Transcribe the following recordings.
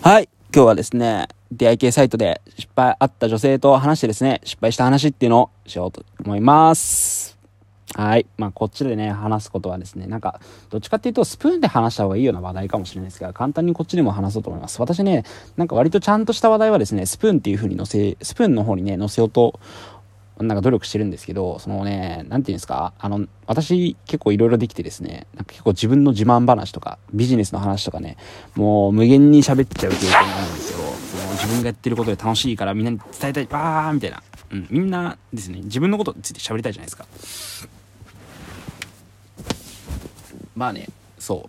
はい。今日はですね、出会い系サイトであった女性と話してですね、失敗した話っていうのをしようと思います。はい。こっちでね、話すことはですね、どっちかっていうと、スプーンで話した方がいいような話題かもしれないですが、簡単にこっちでも話そうと思います。私ね、割とちゃんとした話題はですね、スプーンっていう風にスプーンの方にね、載せようと努力してるんですけど、そのね、なんていうんですか、私結構いろいろできてですね、結構自分の自慢話とか、ビジネスの話とかね、もう無限に喋っちゃう傾向なんですよ。その自分がやってることで楽しいからみんなに伝えたい、みたいな。みんなですね、自分のことについて喋りたいじゃないですか。そう。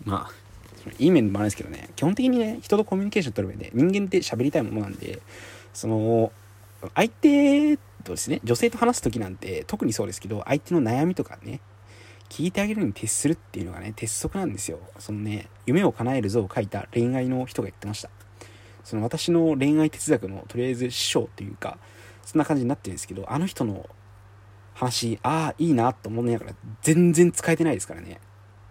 いい面もあるんですけどね、基本的にね、人とコミュニケーション取る上で、人間って喋りたいものなんで、相手とですね、女性と話す時なんて特にそうですけど、相手の悩みとかね、聞いてあげるに徹するっていうのがね、鉄則なんですよ。そのね、夢を叶える像を書いた恋愛の人が言ってました。その私の恋愛哲学のとりあえず師匠というか、そんな感じになってるんですけど、あの人の話、いいなと思いながら全然使えてないですからね。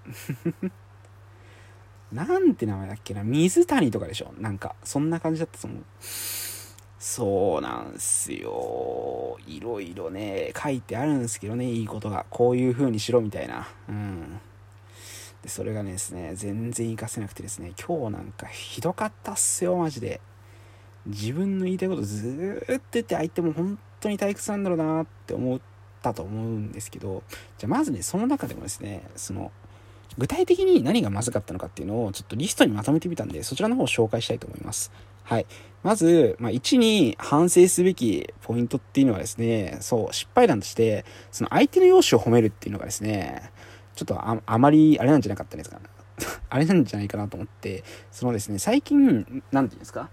なんて名前だっけな、水谷とかでしょ、そんな感じだったと思う。そうなんすよ。いろいろね、書いてあるんですけどね、いいことが。こういう風にしろみたいな。で、それがですね、全然活かせなくてですね、今日ひどかったっすよ、マジで。自分の言いたいことずーっと言って相手も本当に退屈なんだろうなって思ったと思うんですけど、じゃあまずね、その中でもですね、具体的に何がまずかったのかっていうのをちょっとリストにまとめてみたんで、そちらの方を紹介したいと思います。はい。まず、1に反省すべきポイントっていうのはですね、失敗談として、その相手の容姿を褒めるっていうのがですね、ちょっとあまりあれなんじゃなかったですかね。あれなんじゃないかなと思って、そのですね、最近、なんていうんですか、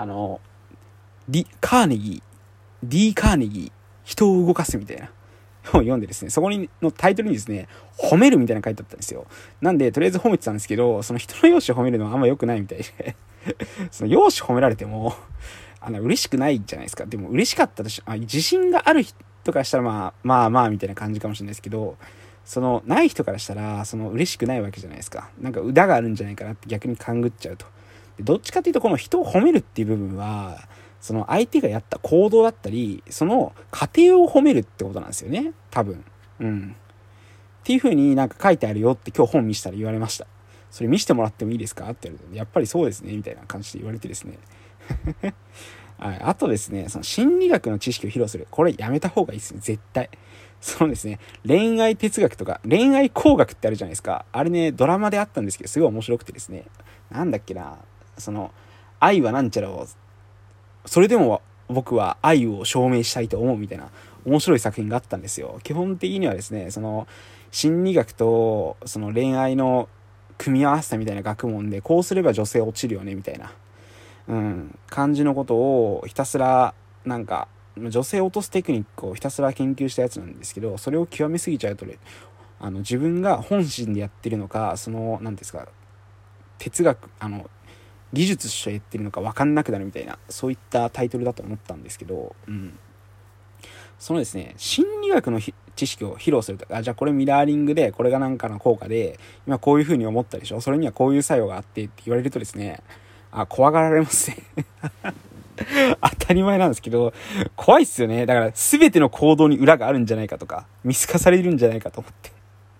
カーネギー、カーネギー、人を動かすみたいな。本を読んでですね、そこのタイトルにですね、褒めるみたいな書いてあったんですよ。なんで、とりあえず褒めてたんですけど、その人の容姿を褒めるのはあんま良くないみたいでその容姿褒められても、嬉しくないじゃないですか。でも嬉しかったと自信がある人からしたらみたいな感じかもしれないですけど、ない人からしたら、嬉しくないわけじゃないですか。腕があるんじゃないかなって逆に勘ぐっちゃうと。でどっちかっていうと、この人を褒めるっていう部分は、その相手がやった行動だったり、その過程を褒めるってことなんですよね。多分。っていう風に書いてあるよって今日本見せたら言われました。それ見せてもらってもいいですかって言われて、やっぱりそうですね、みたいな感じで言われてですね。はい、あとですね、その心理学の知識を披露する。これやめた方がいいですね、絶対。そうですね、恋愛哲学とか、恋愛工学ってあるじゃないですか。あれね、ドラマであったんですけど、すごい面白くてですね。なんだっけな、愛はなんちゃらを、それでも僕は愛を証明したいと思うみたいな面白い作品があったんですよ。基本的にはですね、心理学と恋愛の組み合わせたみたいな学問で、こうすれば女性落ちるよねみたいな、感じのことをひたすら女性を落とすテクニックをひたすら研究したやつなんですけど、それを極めすぎちゃうと自分が本心でやってるのか、なんですか、哲学技術としてやってるのか分かんなくなるみたいな、そういったタイトルだと思ったんですけど、そのですね、心理学の知識を披露するとか、じゃあこれミラーリングで、これがの効果で、今こういう風に思ったでしょ、それにはこういう作用があってって言われるとですね、怖がられますね。当たり前なんですけど、怖いっすよね。だから全ての行動に裏があるんじゃないかとか、見透かされるんじゃないかと思って。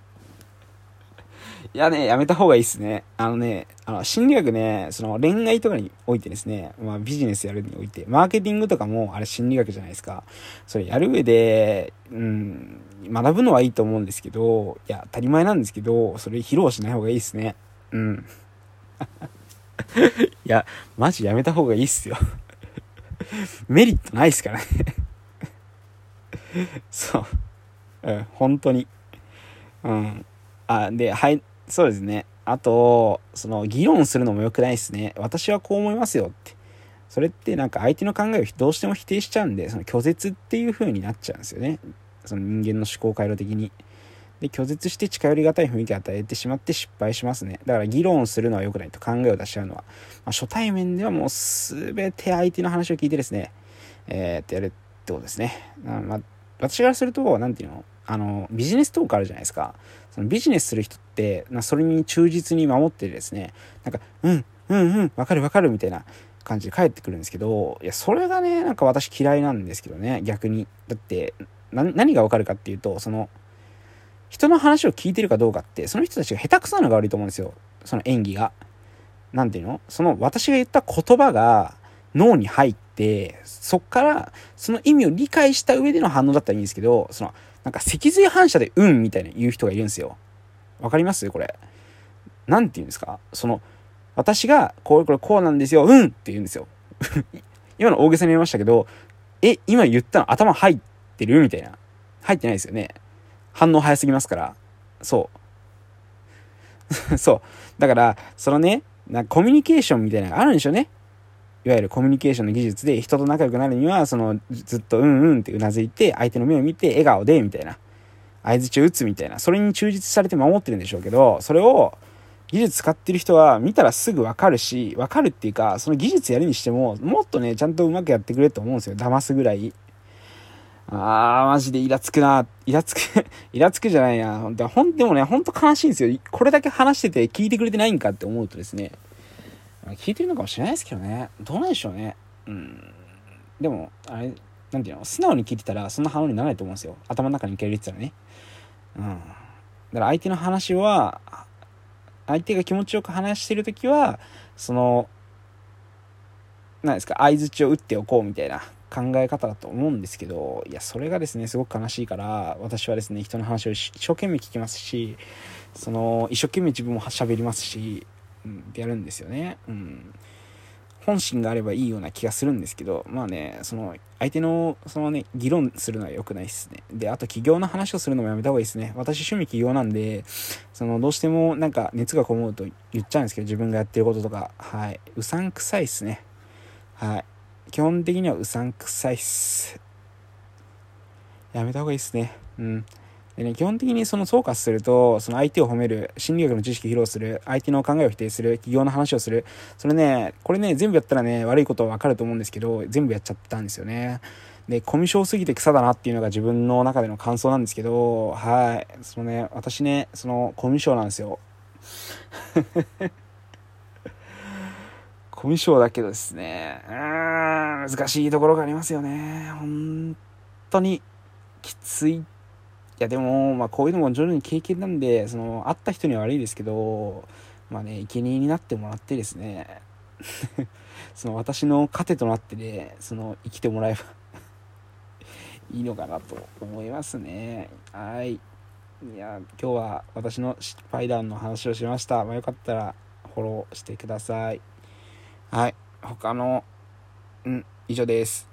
いやね、やめた方がいいっすね。心理学ね、恋愛とかにおいてですね、ビジネスやるにおいて、マーケティングとかもあれ心理学じゃないですか。それやる上で、学ぶのはいいと思うんですけど、いや、当たり前なんですけど、それ披露しない方がいいっすね。いや、マジやめた方がいいっすよ。メリットないっすからね。そう。本当に。はい、そうですね。あと、議論するのも良くないですね。私はこう思いますよって。それって相手の考えをどうしても否定しちゃうんで、拒絶っていう風になっちゃうんですよね。人間の思考回路的に。で、拒絶して近寄りがたい雰囲気を与えてしまって失敗しますね。だから議論するのは良くないと、考えを出しちゃうのは。初対面ではもう全て相手の話を聞いてですね、ってやるってことですね。私からすると、なんていうの、ビジネストークあるじゃないですか。ビジネスする人って、それに忠実に守ってですね、 わかるわかるみたいな感じで帰ってくるんですけど、いや、それがね、なんか私嫌いなんですけどね、逆に。だって、何がわかるかっていうと、人の話を聞いてるかどうかって、その人たちが下手くそなのが悪いと思うんですよ。その演技が。なんていうの？私が言った言葉が脳に入って、そっから、その意味を理解した上での反応だったらいいんですけど、なんか脊髄反射でみたいな言う人がいるんですよ。わかりますこれ。なんて言うんですか？私が、こうなんですよ、って言うんですよ。今の大げさに言いましたけど、今言ったの頭入ってるみたいな。入ってないですよね。反応早すぎますから。そう。そう。だから、なんかコミュニケーションみたいなのがあるんでしょうね。いわゆるコミュニケーションの技術で人と仲良くなるには、ずっとってうなずいて、相手の目を見て、笑顔で、みたいな。相槌を打つみたいな。それに忠実されて守ってるんでしょうけど、それを、技術使ってる人は見たらすぐわかるし、わかるっていうか、その技術やるにしても、もっとね、ちゃんとうまくやってくれと思うんですよ。騙すぐらい。マジでイラつくな。イラつくじゃないな。でもね、ほんと悲しいんですよ。これだけ話してて聞いてくれてないんかって思うとですね、聞いてるのかもしれないですけどね。どうなんでしょうね。でも、なんていうの、素直に聞いてたらそんな反応にならないと思うんですよ。頭の中に受け入れてたらね。だから相手の話は、相手が気持ちよく話してるときは、何ですか、相槌を打っておこうみたいな考え方だと思うんですけど、いや、それがですね、すごく悲しいから、私はですね、人の話を一生懸命聞きますし、一生懸命自分も喋りますし、ってやるんですよね。本心があればいいような気がするんですけど、まあね、相手の、議論するのは良くないですね。で、あと起業の話をするのもやめた方がいいですね。私趣味起業なんで、どうしてもなんか熱がこもると言っちゃうんですけど、自分がやってることとか、はい。うさんくさいですね。はい。基本的にはうさんくさいっす。やめた方がいいですね。でね、基本的に総括すると、相手を褒める、心理学の知識を披露する、相手の考えを否定する、企業の話をする。これね、全部やったらね、悪いことはわかると思うんですけど、全部やっちゃったんですよね。で、コミュ障すぎて草だなっていうのが自分の中での感想なんですけど、はい。私ね、コミュ障なんですよ。コミュ障だけどですね、難しいところがありますよね。本当にきつい。いやでも、こういうのも徐々に経験なんで、会った人には悪いですけど、生贄になってもらってですね、私の糧となってね、生きてもらえばいいのかなと思いますね。はい。いや、今日は私の失敗談の話をしました。よかったらフォローしてください。はい。以上です。